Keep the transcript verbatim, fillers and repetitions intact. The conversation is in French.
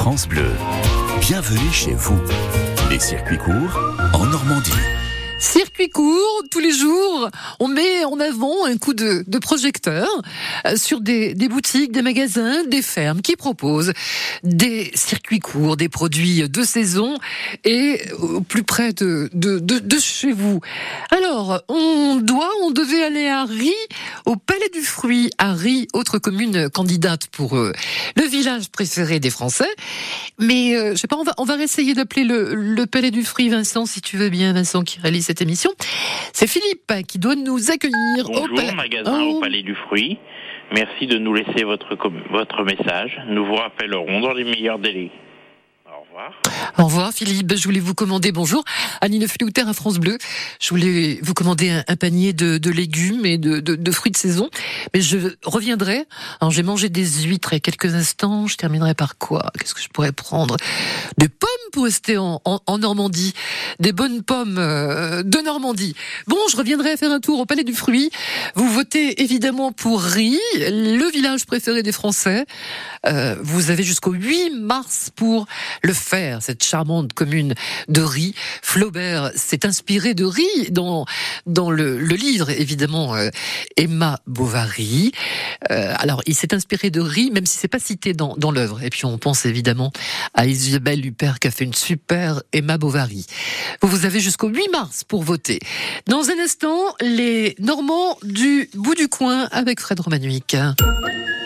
France Bleu. Bienvenue chez vous. Les circuits courts en Normandie. Circuit court, tous les jours, on met en avant un coup de, de projecteur sur des, des boutiques, des magasins, des fermes qui proposent des circuits courts, des produits de saison et au plus près de, de, de, de chez vous. Alors, on doit, on devait aller à Ry, au Palais du Fruit, à Ry, autre commune candidate pour euh, le village préféré des Français. Mais euh, je sais pas, on va, on va essayer d'appeler le, le Palais du Fruit, Vincent, si tu veux bien, Vincent, qui réalise cette émission. C'est Philippe qui doit nous accueillir. Bonjour, au Palais. magasin oh. au Palais du Fruit. Merci de nous laisser votre, votre message. Nous vous rappellerons dans les meilleurs délais. Au revoir. Au revoir Philippe, je voulais vous commander, bonjour, Annie Leflouter à France Bleu, je voulais vous commander un, un panier de, de légumes et de, de, de fruits de saison, mais je reviendrai, alors j'ai mangé des huîtres il y a quelques instants, je terminerai par quoi? Qu'est-ce que je pourrais prendre? Des pommes pour rester en, en, en Normandie, des bonnes pommes euh, de Normandie. Bon, je reviendrai faire un tour au Palais du Fruit, vous votez évidemment pour Ry, le village préféré des Français, euh, vous avez jusqu'au huit mars pour le faire, cette charmante commune de Ry. Flaubert s'est inspiré de Ry dans dans le, le livre, évidemment, euh, Emma Bovary. Euh, alors, il s'est inspiré de Ry, même si c'est pas cité dans, dans l'œuvre. Et puis, on pense évidemment à Isabelle Huppert qui a fait une super Emma Bovary. Vous, vous avez jusqu'au huit mars pour voter. Dans un instant, les Normands du bout du coin avec Fred Romanuic.